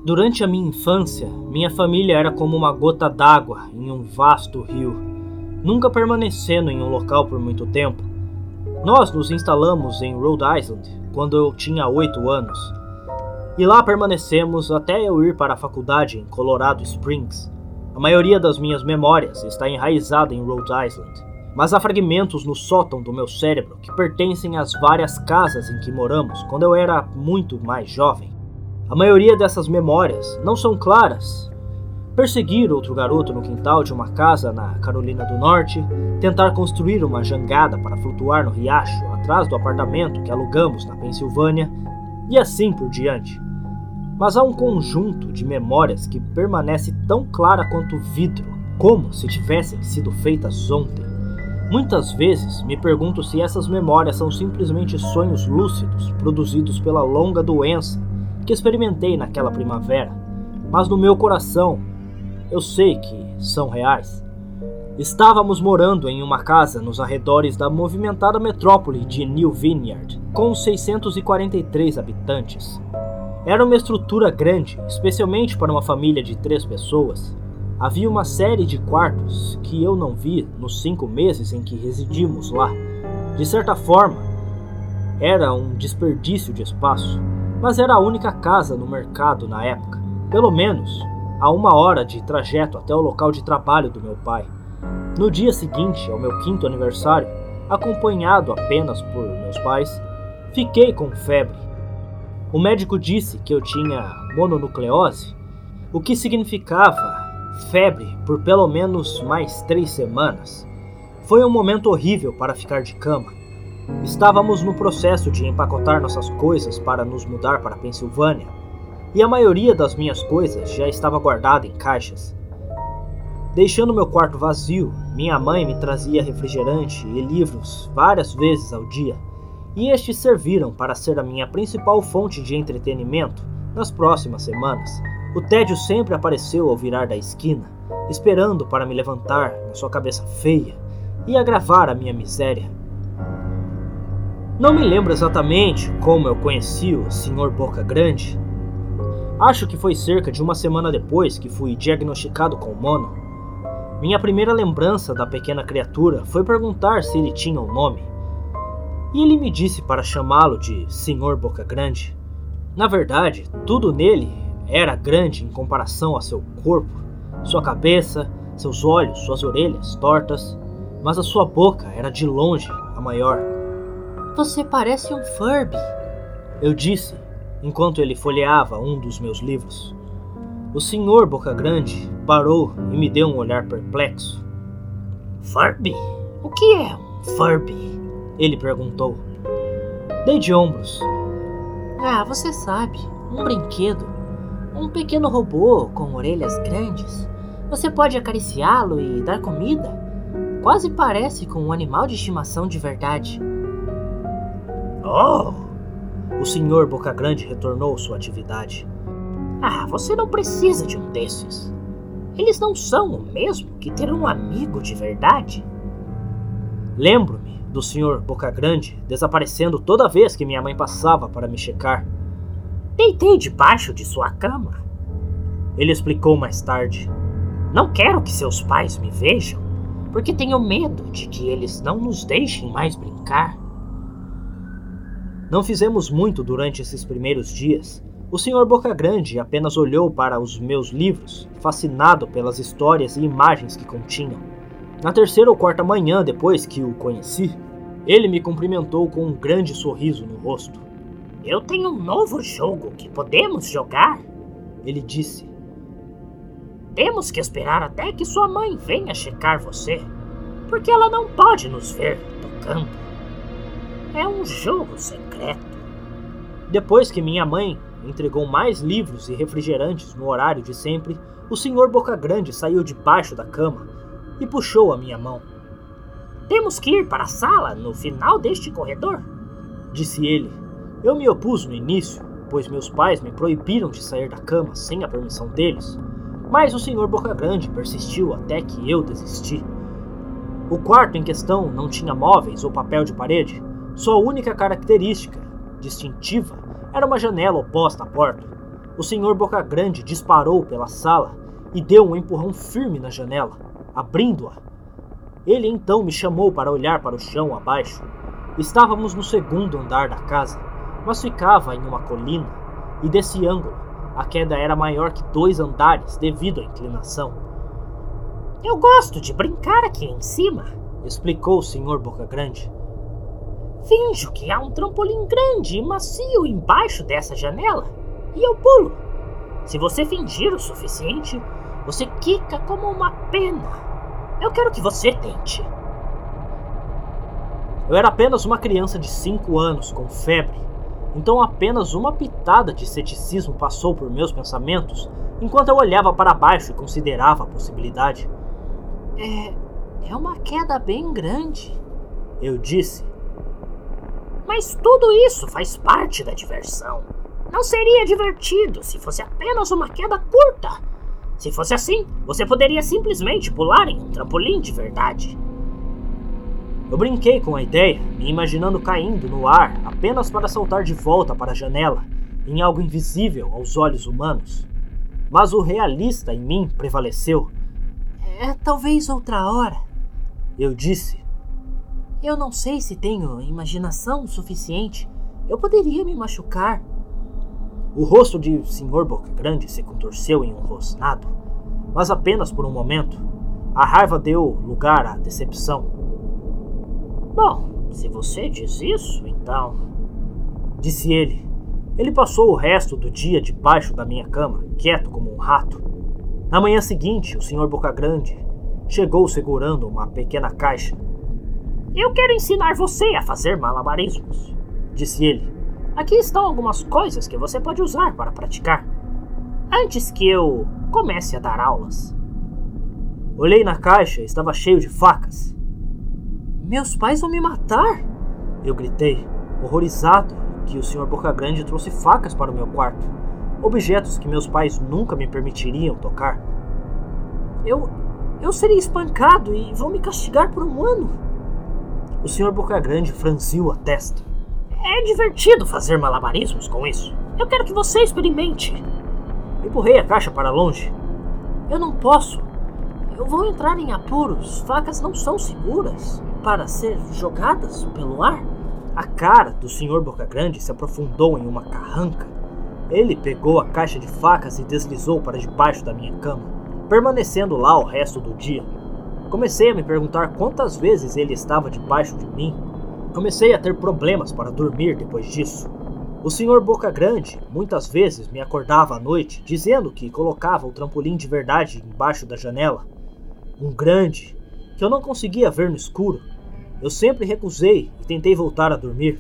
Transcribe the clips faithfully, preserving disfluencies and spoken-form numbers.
Durante a minha infância, minha família era como uma gota d'água em um vasto rio, nunca permanecendo em um local por muito tempo. Nós nos instalamos em Rhode Island quando eu tinha oito anos, e lá permanecemos até eu ir para a faculdade em Colorado Springs. A maioria das minhas memórias está enraizada em Rhode Island, mas há fragmentos no sótão do meu cérebro que pertencem às várias casas em que moramos quando eu era muito mais jovem. A maioria dessas memórias não são claras. Perseguir outro garoto no quintal de uma casa na Carolina do Norte, tentar construir uma jangada para flutuar no riacho atrás do apartamento que alugamos na Pensilvânia, e assim por diante. Mas há um conjunto de memórias que permanece tão clara quanto vidro, como se tivessem sido feitas ontem. Muitas vezes me pergunto se essas memórias são simplesmente sonhos lúcidos produzidos pela longa doença que experimentei naquela primavera, mas no meu coração eu sei que são reais. Estávamos morando em uma casa nos arredores da movimentada metrópole de New Vineyard, com seiscentos e quarenta e três habitantes. Era uma estrutura grande, especialmente para uma família de três pessoas. Havia uma série de quartos que eu não vi nos cinco meses em que residimos lá. De certa forma, era um desperdício de espaço, mas era a única casa no mercado na época, pelo menos a uma hora de trajeto até o local de trabalho do meu pai. No dia seguinte ao meu quinto aniversário, acompanhado apenas por meus pais, fiquei com febre. O médico disse que eu tinha mononucleose, o que significava febre por pelo menos mais três semanas. Foi um momento horrível para ficar de cama. Estávamos no processo de empacotar nossas coisas para nos mudar para a Pensilvânia, e a maioria das minhas coisas já estava guardada em caixas. Deixando meu quarto vazio, minha mãe me trazia refrigerante e livros várias vezes ao dia, e estes serviram para ser a minha principal fonte de entretenimento nas próximas semanas. O tédio sempre apareceu ao virar da esquina, esperando para me levantar na sua cabeça feia e agravar a minha miséria. Não me lembro exatamente como eu conheci o senhor Boca Grande. Acho que foi cerca de uma semana depois que fui diagnosticado com mono. Minha primeira lembrança da pequena criatura foi perguntar se ele tinha um nome, e ele me disse para chamá-lo de senhor Boca Grande. Na verdade, tudo nele era grande em comparação a seu corpo, sua cabeça, seus olhos, suas orelhas tortas, mas a sua boca era de longe a maior. Você parece um Furby, eu disse, enquanto ele folheava um dos meus livros. O senhor Boca Grande parou e me deu um olhar perplexo. Furby? O que é um Furby? Ele perguntou. Dei de ombros. Ah, você sabe, um brinquedo. Um pequeno robô com orelhas grandes. Você pode acariciá-lo e dar comida. Quase parece com um animal de estimação de verdade. Oh! O senhor Boca Grande retornou sua atividade. Ah, você não precisa de um desses. Eles não são o mesmo que ter um amigo de verdade. Lembro-me do senhor Boca Grande desaparecendo toda vez que minha mãe passava para me checar. Deitei debaixo de sua cama. Ele explicou mais tarde. Não quero que seus pais me vejam, porque tenho medo de que eles não nos deixem mais brincar. Não fizemos muito durante esses primeiros dias. O senhor Boca Grande apenas olhou para os meus livros, fascinado pelas histórias e imagens que continham. Na terceira ou quarta manhã depois que o conheci, ele me cumprimentou com um grande sorriso no rosto. Eu tenho um novo jogo que podemos jogar, ele disse. Temos que esperar até que sua mãe venha checar você, porque ela não pode nos ver tocando. É um jogo secreto. Depois que minha mãe entregou mais livros e refrigerantes no horário de sempre, o senhor Boca Grande saiu debaixo da cama e puxou a minha mão. Temos que ir para a sala no final deste corredor, disse ele. Eu me opus no início, pois meus pais me proibiram de sair da cama sem a permissão deles, mas o senhor Boca Grande persistiu até que eu desisti. O quarto em questão não tinha móveis ou papel de parede. Sua única característica distintiva era uma janela oposta à porta. o senhor Boca Grande disparou pela sala e deu um empurrão firme na janela, abrindo-a. Ele então me chamou para olhar para o chão abaixo. Estávamos no segundo andar da casa, mas ficava em uma colina, e desse ângulo, a queda era maior que dois andares devido à inclinação. Eu gosto de brincar aqui em cima, explicou o senhor Boca Grande. Finjo que há um trampolim grande e macio embaixo dessa janela, e eu pulo. Se você fingir o suficiente, você quica como uma pena. Eu quero que você tente. Eu era apenas uma criança de cinco anos com febre, então apenas uma pitada de ceticismo passou por meus pensamentos enquanto eu olhava para baixo e considerava a possibilidade. É, é uma queda bem grande, eu disse. Mas tudo isso faz parte da diversão. Não seria divertido se fosse apenas uma queda curta. Se fosse assim, você poderia simplesmente pular em um trampolim de verdade. Eu brinquei com a ideia, me imaginando caindo no ar apenas para saltar de volta para a janela, em algo invisível aos olhos humanos. Mas o realista em mim prevaleceu. É, talvez outra hora, eu disse. Eu não sei se tenho imaginação suficiente. Eu poderia me machucar. O rosto de senhor Boca Grande se contorceu em um rosnado, mas apenas por um momento. A raiva deu lugar à decepção. Bom, se você diz isso, então... disse ele. Ele passou o resto do dia debaixo da minha cama, quieto como um rato. Na manhã seguinte, o senhor Boca Grande chegou segurando uma pequena caixa. Eu quero ensinar você a fazer malabarismos, disse ele. Aqui estão algumas coisas que você pode usar para praticar, antes que eu comece a dar aulas. Olhei na caixa e estava cheio de facas. Meus pais vão me matar! Eu gritei, horrorizado que o senhor Boca Grande trouxe facas para o meu quarto, objetos que meus pais nunca me permitiriam tocar. Eu, eu serei espancado e vão me castigar por um ano. O senhor Boca Grande franziu a testa. É divertido fazer malabarismos com isso. Eu quero que você experimente. Empurrei a caixa para longe. Eu não posso. Eu vou entrar em apuros. Facas não são seguras para ser jogadas pelo ar. A cara do senhor Boca Grande se aprofundou em uma carranca. Ele pegou a caixa de facas e deslizou para debaixo da minha cama, permanecendo lá o resto do dia. Comecei a me perguntar quantas vezes ele estava debaixo de mim. Comecei a ter problemas para dormir depois disso. O senhor Boca Grande muitas vezes me acordava à noite dizendo que colocava o trampolim de verdade embaixo da janela. Um grande, que eu não conseguia ver no escuro. Eu sempre recusei e tentei voltar a dormir.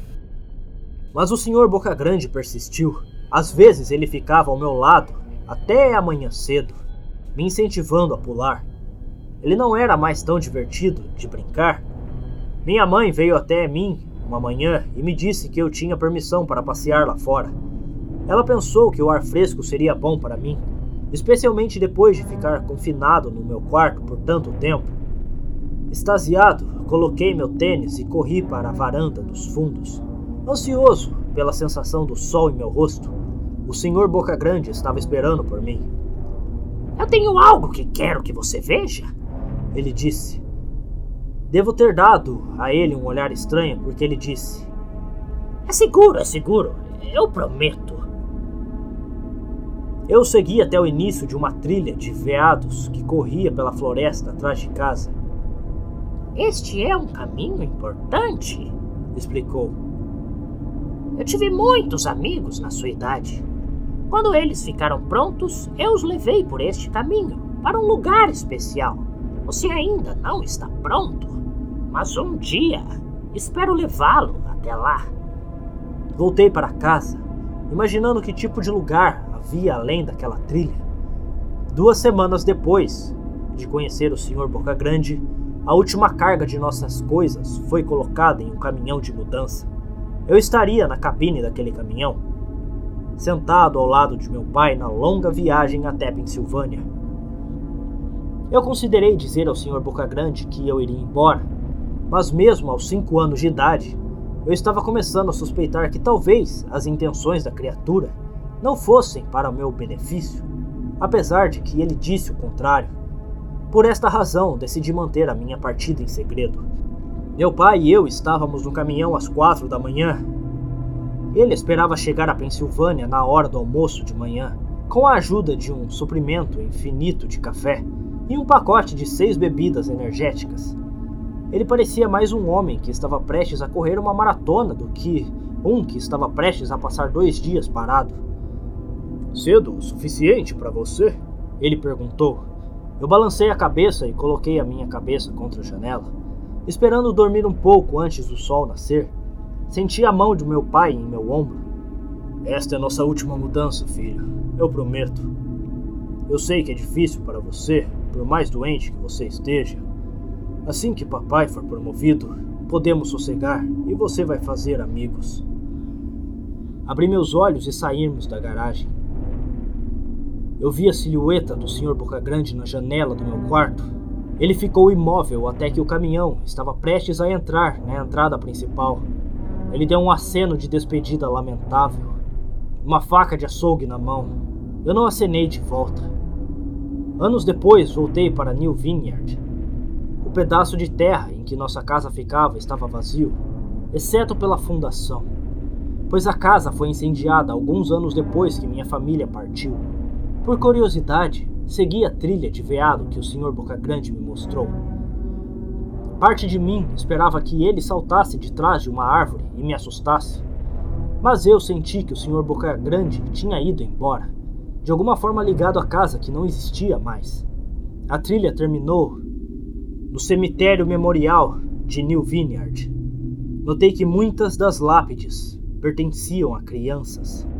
Mas o senhor Boca Grande persistiu. Às vezes ele ficava ao meu lado até amanhã cedo, me incentivando a pular. Ele não era mais tão divertido de brincar. Minha mãe veio até mim uma manhã e me disse que eu tinha permissão para passear lá fora. Ela pensou que o ar fresco seria bom para mim, especialmente depois de ficar confinado no meu quarto por tanto tempo. Extasiado, coloquei meu tênis e corri para a varanda dos fundos. Ansioso pela sensação do sol em meu rosto, o senhor Boca Grande estava esperando por mim. Eu tenho algo que quero que você veja, ele disse. Devo ter dado a ele um olhar estranho porque ele disse: É seguro, é seguro, eu prometo. Eu o segui até o início de uma trilha de veados que corria pela floresta atrás de casa. Este é um caminho importante, explicou. Eu tive muitos amigos na sua idade. Quando eles ficaram prontos, eu os levei por este caminho, para um lugar especial. Você ainda não está pronto, mas um dia espero levá-lo até lá. Voltei para casa, imaginando que tipo de lugar havia além daquela trilha. Duas semanas depois de conhecer o senhor Boca Grande, a última carga de nossas coisas foi colocada em um caminhão de mudança. Eu estaria na cabine daquele caminhão, sentado ao lado de meu pai na longa viagem até Pensilvânia. Eu considerei dizer ao senhor Boca Grande que eu iria embora, mas mesmo aos cinco anos de idade, eu estava começando a suspeitar que talvez as intenções da criatura não fossem para meu benefício, apesar de que ele disse o contrário. Por esta razão, decidi manter a minha partida em segredo. Meu pai e eu estávamos no caminhão às quatro da manhã. Ele esperava chegar à Pensilvânia na hora do almoço de manhã, com a ajuda de um suprimento infinito de café e um pacote de seis bebidas energéticas. Ele parecia mais um homem que estava prestes a correr uma maratona do que um que estava prestes a passar dois dias parado. "Cedo o suficiente para você?" ele perguntou. Eu balancei a cabeça e coloquei a minha cabeça contra a janela, esperando dormir um pouco antes do sol nascer. Senti a mão de meu pai em meu ombro. "Esta é nossa última mudança, filho. Eu prometo. Eu sei que é difícil para você, por mais doente que você esteja. Assim que papai for promovido, podemos sossegar e você vai fazer amigos." Abri meus olhos e saímos da garagem. Eu vi a silhueta do senhor Bocagrande na janela do meu quarto. Ele ficou imóvel até que o caminhão estava prestes a entrar na entrada principal. Ele deu um aceno de despedida lamentável, uma faca de açougue na mão. Eu não acenei de volta. Anos depois, voltei para New Vineyard. O pedaço de terra em que nossa casa ficava estava vazio, exceto pela fundação, pois a casa foi incendiada alguns anos depois que minha família partiu. Por curiosidade, segui a trilha de veado que o senhor Bocagrande me mostrou. Parte de mim esperava que ele saltasse de trás de uma árvore e me assustasse, mas eu senti que o senhor Bocagrande tinha ido embora, de alguma forma ligado à casa que não existia mais. A trilha terminou no cemitério memorial de New Vineyard. Notei que muitas das lápides pertenciam a crianças.